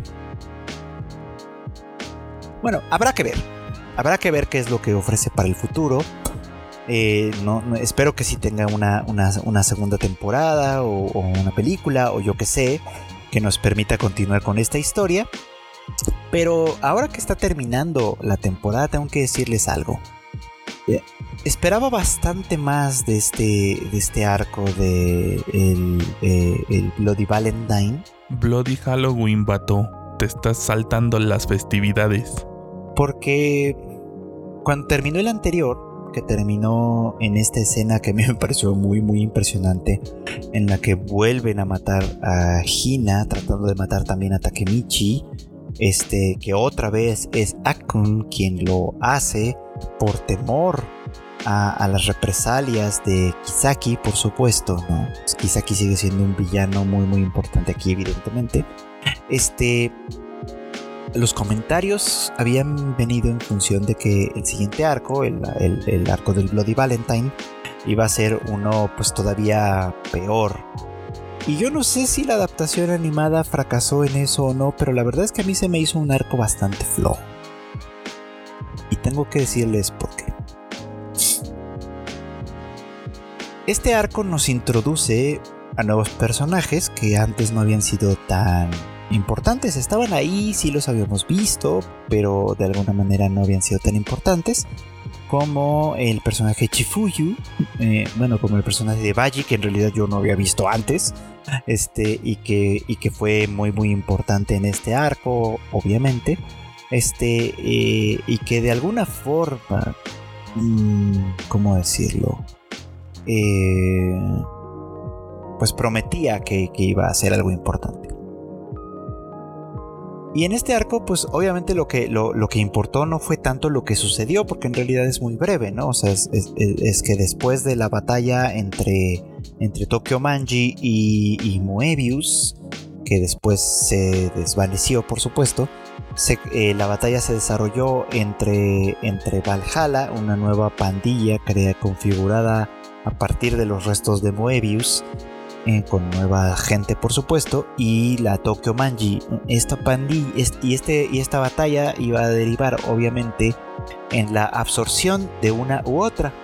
Bueno, habrá que ver. Habrá que ver qué es lo que ofrece para el futuro. Eh, no, no, espero que sí tenga una, una, una segunda temporada o, o una película o yo qué sé, que nos permita continuar con esta historia. Pero ahora que está terminando la temporada, tengo que decirles algo. Eh, esperaba bastante más de este, de este arco de el, eh, el Bloody Valentine. Bloody Halloween, vato. Te estás saltando las festividades. Porque cuando terminó el anterior, que terminó en esta escena que a mí me pareció muy muy impresionante, en la que vuelven a matar a Hina, tratando de matar también a Takemichi, este, que otra vez es Akun quien lo hace por temor a, a las represalias de Kisaki, por supuesto, ¿no? Kisaki sigue siendo un villano muy muy importante aquí, evidentemente. Este... Los comentarios habían venido en función de que el siguiente arco, el, el, el arco del Bloody Valentine, iba a ser uno pues todavía peor. Y yo no sé si la adaptación animada fracasó en eso o no, pero la verdad es que a mí se me hizo un arco bastante flojo. Y tengo que decirles por qué. Este arco nos introduce a nuevos personajes que antes no habían sido tan importantes. Estaban ahí, sí los habíamos visto, pero de alguna manera no habían sido tan importantes, como el personaje Chifuyu, eh, bueno, como el personaje de Baji, que en realidad yo no había visto antes, este, y que, y que fue muy muy importante en este arco, obviamente. Este, eh, y que de alguna forma, mmm, ¿cómo decirlo? Eh, pues prometía que, que iba a ser algo importante. Y en este arco, pues obviamente lo que, lo, lo que importó no fue tanto lo que sucedió, porque en realidad es muy breve, ¿no? O sea, es, es, es que después de la batalla entre, entre Tokyo Manji y, y Moebius, que después se desvaneció, por supuesto, se, eh, la batalla se desarrolló entre, entre Valhalla, una nueva pandilla crea, configurada a partir de los restos de Moebius, Eh, con nueva gente por supuesto, y la Tokyo Manji. Esta pandilla y, este, y esta batalla iba a derivar obviamente en la absorción de una u otra,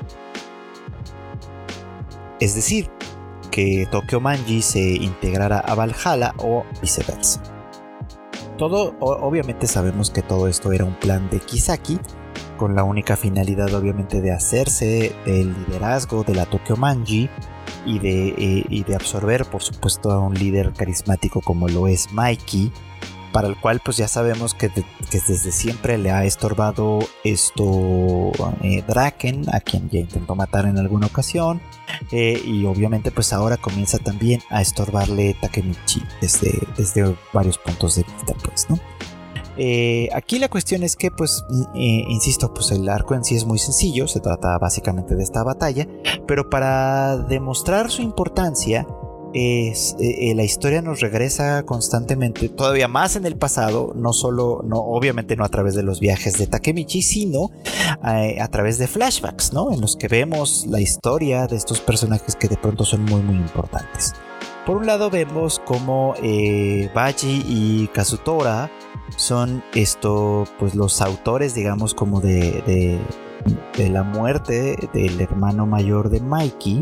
es decir, que Tokyo Manji se integrara a Valhalla o viceversa. Todo, obviamente sabemos que todo esto era un plan de Kisaki, con la única finalidad obviamente de hacerse del liderazgo de la Tokyo Manji y de, eh, y de absorber por supuesto a un líder carismático como lo es Mikey, para el cual pues ya sabemos que, de, que desde siempre le ha estorbado esto eh, Draken, a quien ya intentó matar en alguna ocasión, eh, y obviamente pues ahora comienza también a estorbarle Takemichi desde, desde varios puntos de vista, pues, ¿no? Eh, aquí la cuestión es que, pues, eh, insisto, pues el arco en sí es muy sencillo, se trata básicamente de esta batalla, pero para demostrar su importancia, es, eh, la historia nos regresa constantemente, todavía más en el pasado, no solo, no, obviamente no a través de los viajes de Takemichi, sino eh, a través de flashbacks, ¿no? En los que vemos la historia de estos personajes que de pronto son muy, muy importantes. Por un lado vemos como eh, Baji y Kazutora son esto, pues los autores, digamos, como de, de, de la muerte del hermano mayor de Mikey,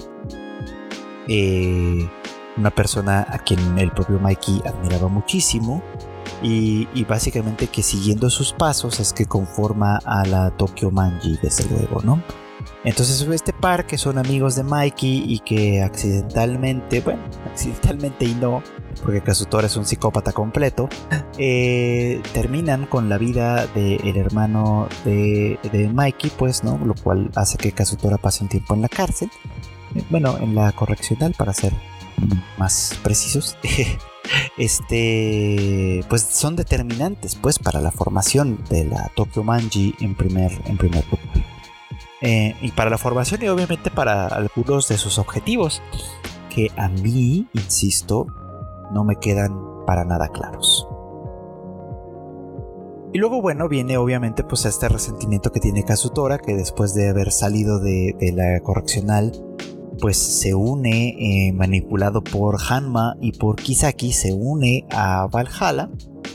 eh, una persona a quien el propio Mikey admiraba muchísimo, y, y básicamente que siguiendo sus pasos es que conforma a la Tokyo Manji, desde luego, ¿no? Entonces este par que son amigos de Mikey y que accidentalmente, bueno, accidentalmente y no, porque Kazutora es un psicópata completo, eh, terminan con la vida del hermano de, de Mikey, pues, ¿no? Lo cual hace que Kazutora pase un tiempo en la cárcel, eh, bueno, en la correccional para ser más precisos. Este, pues son determinantes, pues, para la formación de la Tokyo Manji en primer, en primer lugar. Eh, y para la formación y obviamente para algunos de sus objetivos, que a mí, insisto, no me quedan para nada claros. Y luego, bueno, viene obviamente pues este resentimiento que tiene Kazutora, que después de haber salido de, de la correccional, pues se une, eh, manipulado por Hanma y por Kisaki, se une a Valhalla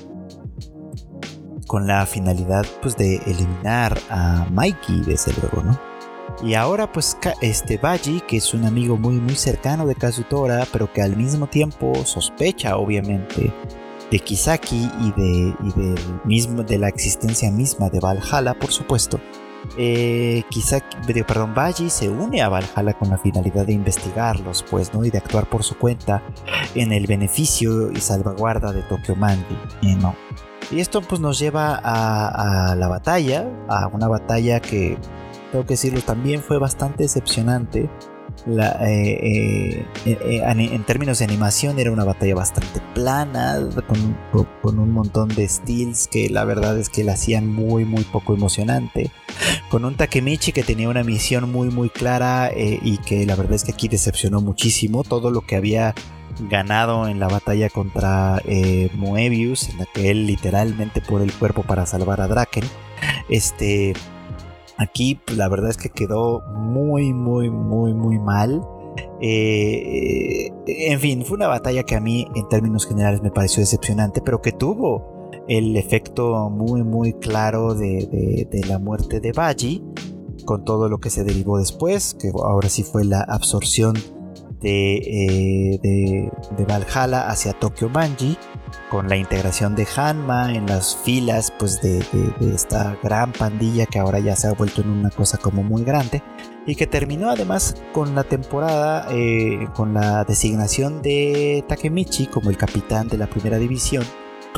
con la finalidad pues de eliminar a Mikey, desde luego, ¿no? Y ahora pues este Baji, que es un amigo muy muy cercano de Kazutora, pero que al mismo tiempo sospecha obviamente de Kisaki y de, y del mismo, de la existencia misma de Valhalla, por supuesto, eh, Kisaki, perdón, Baji se une a Valhalla con la finalidad de investigarlos, pues, ¿no? Y de actuar por su cuenta en el beneficio y salvaguarda de Tokyo Manji, ¿eh? ¿No? Y esto pues nos lleva a, a la batalla, a una batalla que, tengo que decirlo, también fue bastante decepcionante. La, eh, eh, eh, en términos de animación era una batalla bastante plana, con, con un montón de steals que la verdad es que la hacían muy muy poco emocionante, con un Takemichi que tenía una misión muy muy clara, eh, y que la verdad es que aquí decepcionó muchísimo. Todo lo que había ganado en la batalla contra eh, Moebius, en la que él literalmente pone el cuerpo para salvar a Draken, este, aquí la verdad es que quedó muy muy muy muy mal. Eh, en fin, fue una batalla que a mí en términos generales me pareció decepcionante, pero que tuvo el efecto muy muy claro de, de, de la muerte de Baji, con todo lo que se derivó después, que ahora sí fue la absorción De, eh, de, de Valhalla hacia Tokyo Manji, con la integración de Hanma en las filas pues de, de, de esta gran pandilla que ahora ya se ha vuelto en una cosa como muy grande, y que terminó además con la temporada eh, con la designación de Takemichi como el capitán de la primera división,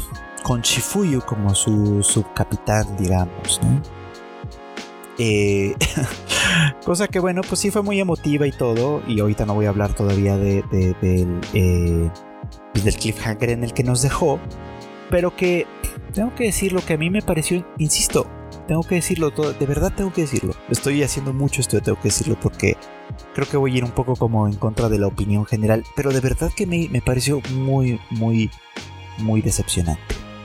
con Chifuyu como su subcapitán, digamos, ¿no? Eh, cosa que bueno, pues sí fue muy emotiva y todo, y ahorita no voy a hablar todavía de, de, de, del, eh, del cliffhanger en el que nos dejó, pero que tengo que decir lo que a mí me pareció, insisto, tengo que decirlo todo, de verdad tengo que decirlo, estoy haciendo mucho esto, tengo que decirlo porque creo que voy a ir un poco como en contra de la opinión general, pero de verdad que me, me pareció muy, muy, muy decepcionante.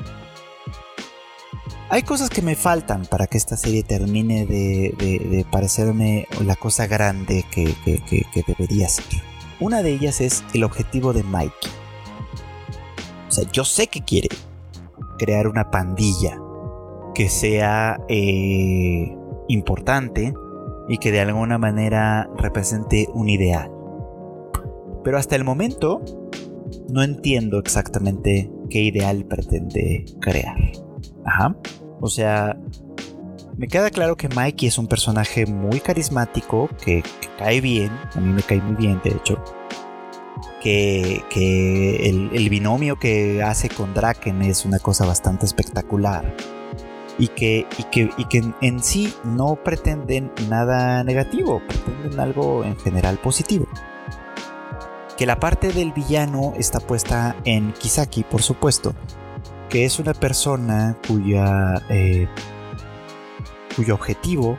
Hay cosas que me faltan para que esta serie termine de, de, de parecerme la cosa grande que, que, que, que debería ser. Una de ellas es el objetivo de Mikey. O sea, yo sé que quiere crear una pandilla que sea eh, importante y que de alguna manera represente un ideal. Pero hasta el momento no entiendo exactamente qué ideal pretende crear. Ajá. O sea, me queda claro que Mikey es un personaje muy carismático, que, que cae bien, a mí me cae muy bien, de hecho. Que, que el, el binomio que hace con Draken es una cosa bastante espectacular. Y que, y que, y que en, en sí no pretenden nada negativo, pretenden algo en general positivo. Que la parte del villano está puesta en Kisaki, por supuesto, que es una persona cuya, eh, cuyo objetivo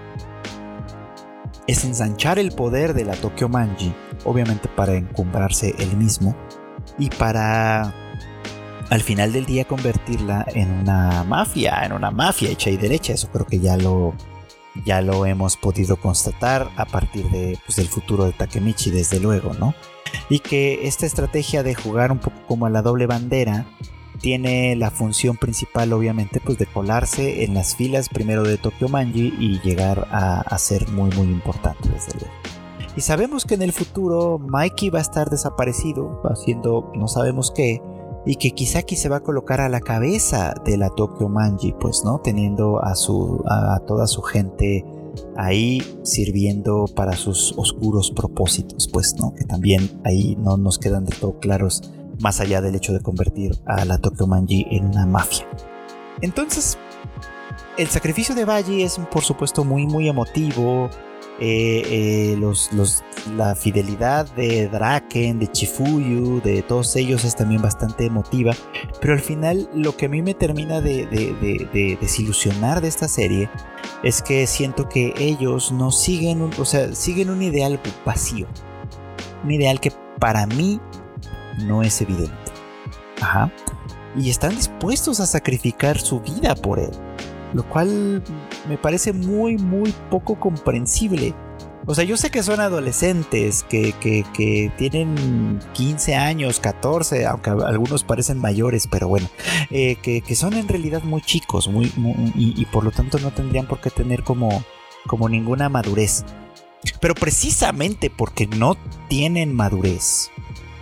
es ensanchar el poder de la Tokyo Manji, obviamente para encumbrarse él mismo y para al final del día convertirla en una mafia, en una mafia hecha y derecha. Eso creo que ya lo, ya lo hemos podido constatar a partir de, pues, del futuro de Takemichi, desde luego, ¿no? Y que esta estrategia de jugar un poco como a la doble bandera tiene la función principal, obviamente, pues de colarse en las filas primero de Tokyo Manji y llegar a, a ser muy muy importante, desde luego. Y sabemos que en el futuro Mikey va a estar desaparecido, haciendo no sabemos qué, y que Kisaki se va a colocar a la cabeza de la Tokyo Manji, pues, ¿no? Teniendo a, su, a, a toda su gente ahí sirviendo para sus oscuros propósitos, pues, ¿no? Que también ahí no nos quedan del todo claros, más allá del hecho de convertir a la Tokyo Manji en una mafia. Entonces, el sacrificio de Baji es, por supuesto, muy muy emotivo. Eh, eh, los, los, la fidelidad de Draken, de Chifuyu, de todos ellos es también bastante emotiva. Pero al final lo que a mí me termina de, de, de, de desilusionar de esta serie es que siento que ellos no siguen un, o sea, siguen un ideal vacío. Un ideal que para mí no es evidente. Ajá. Y están dispuestos a sacrificar su vida por él, lo cual me parece muy muy poco comprensible. O sea, yo sé que son adolescentes que, que, que tienen quince años, catorce, aunque algunos parecen mayores, pero bueno, eh, que, que son en realidad muy chicos, muy, muy y, y por lo tanto no tendrían por qué tener como, como ninguna madurez. Pero precisamente porque no tienen madurez,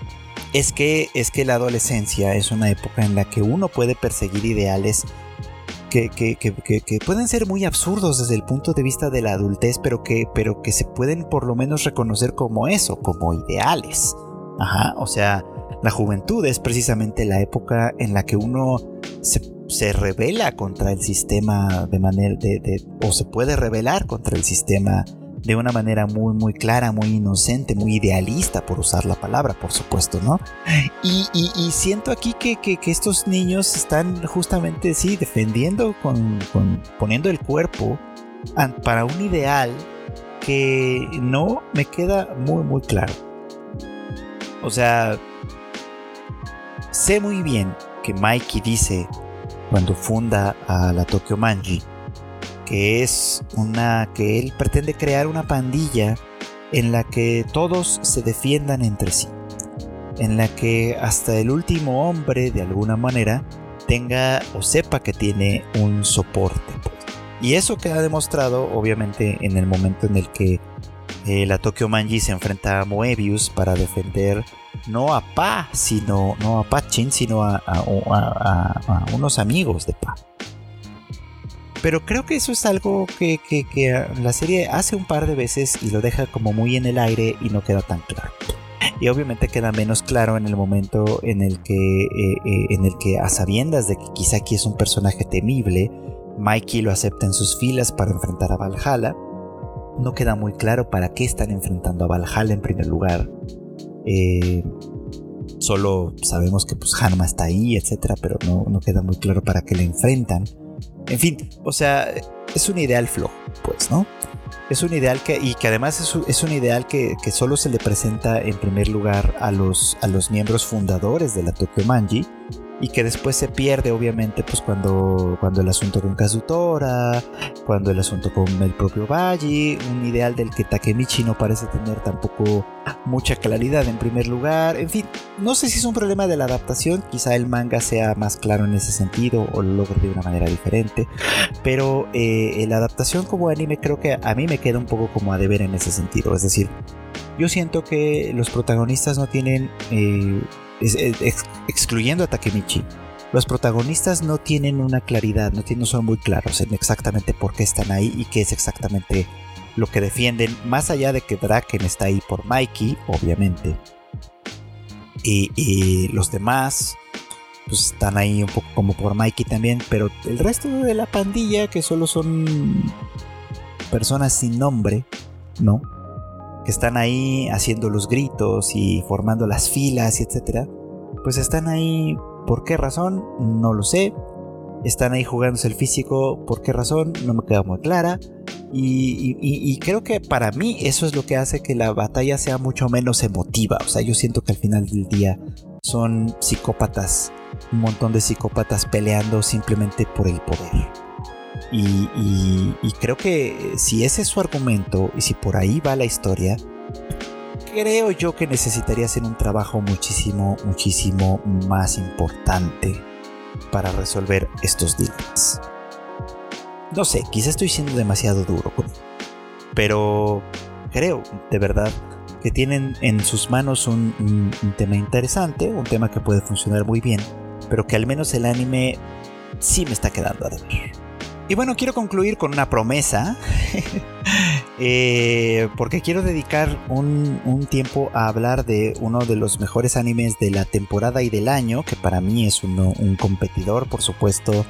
es que, es que la adolescencia es una época en la que uno puede perseguir ideales que, que, que, que, que pueden ser muy absurdos desde el punto de vista de la adultez, pero que, pero que se pueden por lo menos reconocer como eso, como ideales. Ajá, o sea, la juventud es precisamente la época en la que uno se, se rebela contra el sistema de manera de, de, o se puede rebelar contra el sistema de una manera muy muy clara, muy inocente, muy idealista, por usar la palabra, por supuesto, ¿no? Y, y, y siento aquí que, que, que estos niños están justamente, sí, defendiendo, con, con, poniendo el cuerpo para un ideal que no me queda muy muy claro. O sea, sé muy bien que Mikey dice cuando funda a la Tokyo Manji que es una que él pretende crear una pandilla en la que todos se defiendan entre sí, en la que hasta el último hombre de alguna manera tenga o sepa que tiene un soporte, pues. Y eso queda demostrado obviamente en el momento en el que eh, la Tokyo Manji se enfrenta a Moebius para defender no a Pa, sino no a Pachin, sino a, a, a, a, a unos amigos de Pa. Pero creo que eso es algo que, que, que la serie hace un par de veces y lo deja como muy en el aire y no queda tan claro. y obviamente queda menos claro en el momento en el que, eh, eh, en el que a sabiendas de que Kisaki es un personaje temible, Mikey lo acepta en sus filas para enfrentar a Valhalla. No queda muy claro para qué están enfrentando a Valhalla en primer lugar. Eh, solo sabemos que pues Hanma está ahí, etcétera, pero no, no queda muy claro para qué le enfrentan. En fin, o sea, es un ideal flojo, pues, ¿no? Es un ideal que, y que además es un, es un ideal que, que solo se le presenta en primer lugar a los, a los miembros fundadores de la Tokyo Manji, y que después se pierde obviamente pues cuando, cuando el asunto con Kazutora, cuando el asunto con el propio Baji, un ideal del que Takemichi no parece tener tampoco mucha claridad en primer lugar. En fin, no sé si es un problema de la adaptación, quizá el manga sea más claro en ese sentido o lo logre de una manera diferente, pero eh, la adaptación como anime creo que a mí me queda un poco como a deber en ese sentido. Es decir, yo siento que los protagonistas no tienen... Eh, Ex- excluyendo a Takemichi, los protagonistas no tienen una claridad, no, tienen, no son muy claros en exactamente por qué están ahí y qué es exactamente lo que defienden, más allá de que Draken está ahí por Mikey, obviamente, y, y los demás pues están ahí un poco como por Mikey también, pero el resto de la pandilla, que solo son personas sin nombre, ¿no? Que están ahí haciendo los gritos y formando las filas y etcétera, pues están ahí, ¿por qué razón? No lo sé. Están ahí jugándose el físico, ¿por qué razón? No me queda muy clara. Y, y, y creo que para mí eso es lo que hace que la batalla sea mucho menos emotiva. O sea, yo siento que al final del día son psicópatas, un montón de psicópatas peleando simplemente por el poder. Y, y, y creo que si ese es su argumento y si por ahí va la historia, creo yo que necesitaría hacer un trabajo muchísimo, muchísimo más importante para resolver estos dilemas. No sé, quizá estoy siendo demasiado duro con él, pero creo de verdad que tienen en sus manos un, un, un tema interesante, un tema que puede funcionar muy bien, pero que al menos el anime sí me está quedando a deber. Y bueno, quiero concluir con una promesa, eh, porque quiero dedicar un, un tiempo a hablar de uno de los mejores animes de la temporada y del año, que para mí es uno, un competidor, por supuesto,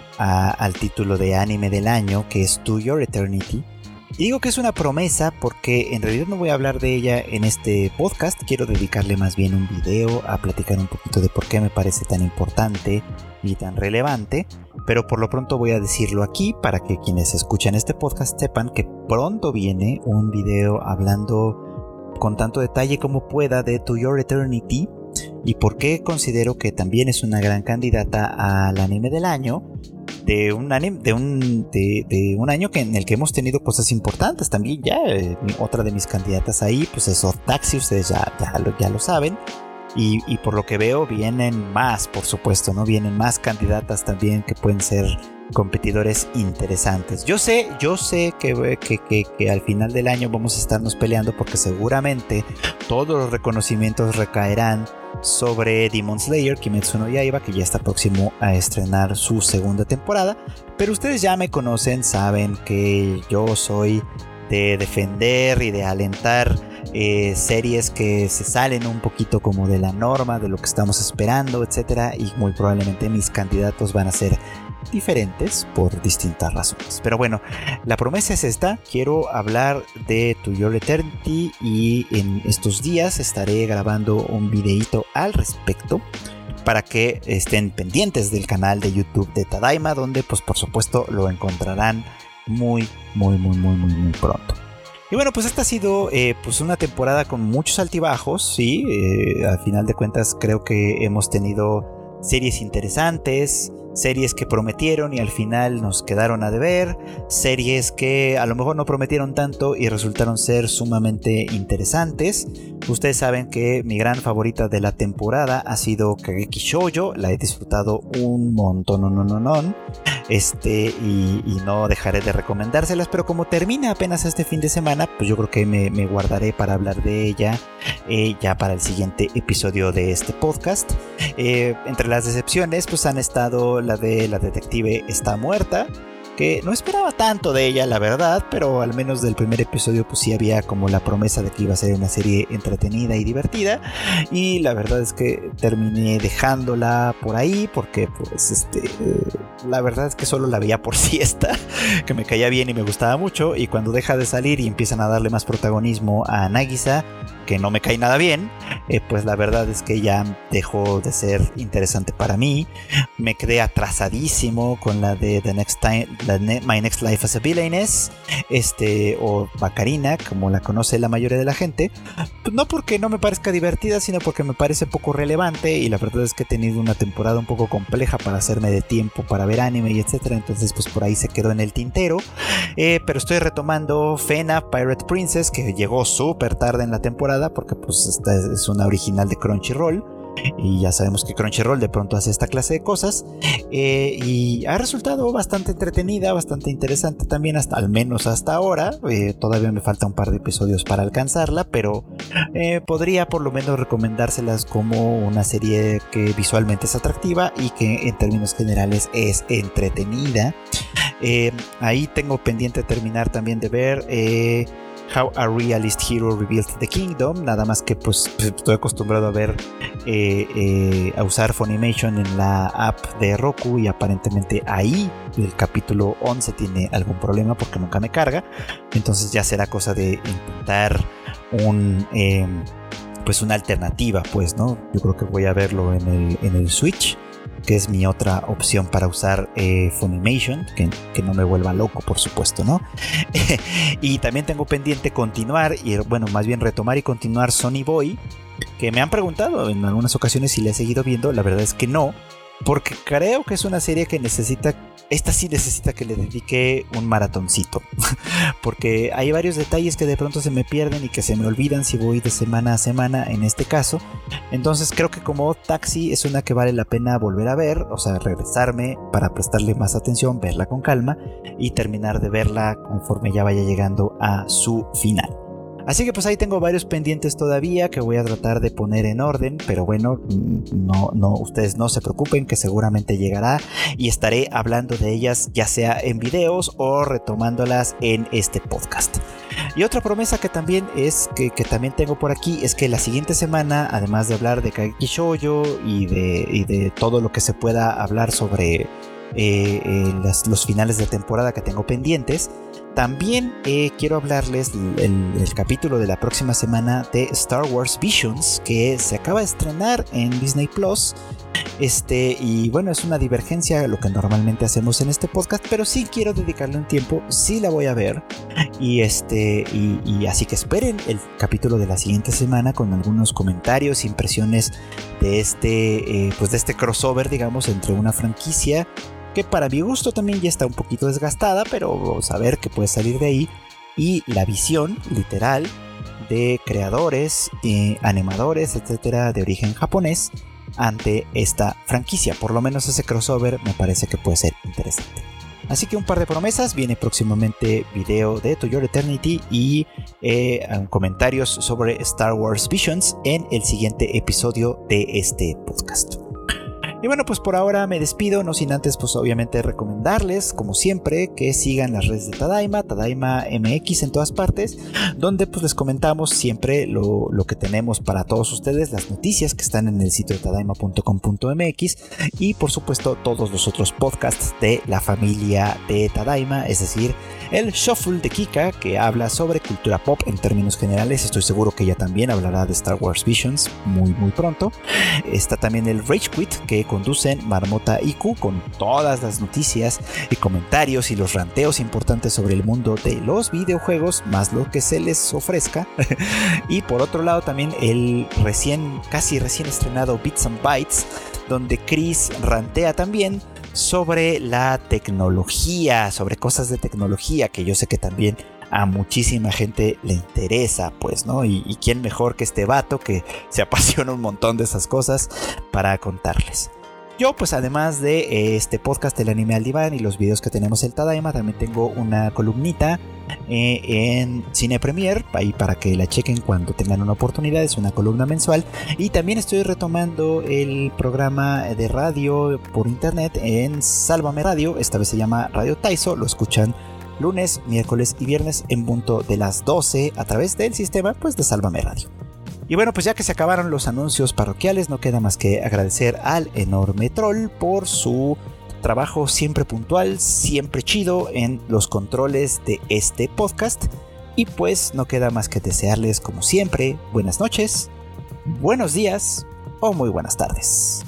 a, al título de anime del año, que es To Your Eternity. Y digo que es una promesa porque en realidad no voy a hablar de ella en este podcast, quiero dedicarle más bien un video a platicar un poquito de por qué me parece tan importante y tan relevante, pero por lo pronto voy a decirlo aquí para que quienes escuchan este podcast sepan que pronto viene un video hablando con tanto detalle como pueda de To Your Eternity y por qué considero que también es una gran candidata al anime del año, de un anime, de un, de, de un año que, en el que hemos tenido cosas importantes también ya. Eh, otra de mis candidatas ahí pues es Odd Taxi, ustedes ya, ya, lo, ya lo saben. Y, y por lo que veo vienen más, por supuesto, ¿no? Vienen más candidatas también que pueden ser competidores interesantes. Yo sé, yo sé que, que, que, que al final del año vamos a estarnos peleando porque seguramente todos los reconocimientos recaerán sobre Demon Slayer, Kimetsu no Yaiba, que ya está próximo a estrenar su segunda temporada. Pero ustedes ya me conocen, saben que yo soy de defender y de alentar eh, series que se salen un poquito como de la norma, de lo que estamos esperando, etcétera. Y muy probablemente mis candidatos van a ser diferentes por distintas razones. Pero bueno, la promesa es esta. Quiero hablar de To Your Eternity y en estos días estaré grabando un videito al respecto para que estén pendientes del canal de YouTube de Tadaima, donde pues por supuesto lo encontrarán muy, muy, muy, muy, muy, muy pronto. Y bueno, pues esta ha sido eh, pues una temporada con muchos altibajos, sí. Eh, al final de cuentas creo que hemos tenido series interesantes, series que prometieron y al final nos quedaron a deber, series que a lo mejor no prometieron tanto y resultaron ser sumamente interesantes. Ustedes saben que mi gran favorita de la temporada ha sido Kageki Shoujo, la he disfrutado un montón, no, no, no, no. Este, y, y no dejaré de recomendárselas, pero como termina apenas este fin de semana, pues yo creo que me, me guardaré para hablar de ella eh, ya para el siguiente episodio de este podcast. Eh, entre las decepciones, pues han estado la de La Detective Está Muerta, que no esperaba tanto de ella, la verdad, pero al menos del primer episodio pues sí había como la promesa de que iba a ser una serie entretenida y divertida, y la verdad es que terminé dejándola por ahí porque pues este la verdad es que solo la veía por siesta, que me caía bien y me gustaba mucho, y cuando deja de salir y empiezan a darle más protagonismo a Nagisa, que no me cae nada bien, eh, pues la verdad es que ya dejó de ser interesante para mí. Me quedé atrasadísimo con la de The Next Time, the ne- My Next Life as a Villainess, este, o Bacarina, como la conoce la mayoría de la gente. Pues no porque no me parezca divertida, sino porque me parece poco relevante, y la verdad es que he tenido una temporada un poco compleja para hacerme de tiempo para ver anime y etcétera, entonces pues por ahí se quedó en el tintero. Eh, pero estoy retomando Fena Pirate Princess, que llegó súper tarde en la temporada, porque pues esta es una original de Crunchyroll, y ya sabemos que Crunchyroll de pronto hace esta clase de cosas, eh, y ha resultado bastante entretenida, bastante interesante también, hasta, al menos hasta ahora. Eh, todavía me falta un par de episodios para alcanzarla, pero eh, podría por lo menos recomendárselas como una serie que visualmente es atractiva y que en términos generales es entretenida. Eh, ahí tengo pendiente terminar también de ver eh, How a Realist Hero Rebuilt the Kingdom, nada más que pues estoy acostumbrado a ver eh, eh, a usar Funimation en la app de Roku, y aparentemente ahí el capítulo once tiene algún problema porque nunca me carga, entonces ya será cosa de intentar un eh, pues una alternativa, pues, ¿no? Yo creo que voy a verlo en el, en el Switch, que es mi otra opción para usar eh, Funimation, que, que no me vuelva loco, por supuesto, ¿no? Y también tengo pendiente continuar, y bueno, más bien retomar y continuar Sonny Boy, que me han preguntado en algunas ocasiones si le he seguido viendo. La verdad es que no, porque creo que es una serie que necesita, esta sí necesita que le dedique un maratoncito, porque hay varios detalles que de pronto se me pierden y que se me olvidan si voy de semana a semana en este caso. Entonces creo que como Taxi es una que vale la pena volver a ver, o sea, regresarme para prestarle más atención, verla con calma y terminar de verla conforme ya vaya llegando a su final. Así que pues ahí tengo varios pendientes todavía que voy a tratar de poner en orden, pero bueno, no, no, ustedes no se preocupen, que seguramente llegará y estaré hablando de ellas ya sea en videos o retomándolas en este podcast. Y otra promesa que también es que, que también tengo por aquí es que la siguiente semana, además de hablar de Kageki Shoujo y de, y de todo lo que se pueda hablar sobre eh, eh, las, los finales de temporada que tengo pendientes, también eh, quiero hablarles el, el capítulo de la próxima semana de Star Wars Visions, que se acaba de estrenar en Disney Plus. Este, y bueno, es una divergencia a lo que normalmente hacemos en este podcast, pero sí quiero dedicarle un tiempo, sí la voy a ver. Y este, y, y así que esperen el capítulo de la siguiente semana con algunos comentarios, impresiones de este, eh, pues de este crossover, digamos, entre una franquicia que para mi gusto también ya está un poquito desgastada, pero saber que puede salir de ahí, y la visión literal de creadores, eh, animadores, etcétera, de origen japonés ante esta franquicia. Por lo menos ese crossover me parece que puede ser interesante. Así que un par de promesas, viene próximamente video de To Your Eternity y eh, comentarios sobre Star Wars Visions en el siguiente episodio de este podcast. Y bueno, pues por ahora me despido, no sin antes pues obviamente recomendarles, como siempre, que sigan las redes de Tadaima, Tadaima M X en todas partes, donde pues les comentamos siempre lo, lo que tenemos para todos ustedes, las noticias que están en el sitio de tadaima punto com punto m x, y por supuesto todos los otros podcasts de la familia de Tadaima, es decir, el Shuffle de Kika, que habla sobre cultura pop en términos generales. Estoy seguro que ella también hablará de Star Wars Visions muy muy pronto. Está también el Rage Quit, que conducen Marmota y Q, con todas las noticias y comentarios y los ranteos importantes sobre el mundo de los videojuegos, más lo que se les ofrezca. Y por otro lado también el recién, casi recién estrenado Bits and Bytes, donde Chris rantea también sobre la tecnología, sobre cosas de tecnología, que yo sé que también a muchísima gente le interesa, pues, ¿no? Y, y quién mejor que este vato que se apasiona un montón de esas cosas para contarles. Yo, pues además de este podcast El Anime al Diván y los videos que tenemos en Tadaima, también tengo una columnita eh, en Cine Premier, ahí para que la chequen cuando tengan una oportunidad. Es una columna mensual. Y también estoy retomando el programa de radio por internet en Sálvame Radio. Esta vez se llama Radio Taiso. Lo escuchan lunes, miércoles y viernes en punto de las doce a través del sistema pues de Sálvame Radio. Y bueno, pues ya que se acabaron los anuncios parroquiales, no queda más que agradecer al enorme troll por su trabajo siempre puntual, siempre chido en los controles de este podcast. Y pues no queda más que desearles, como siempre, buenas noches, buenos días o muy buenas tardes.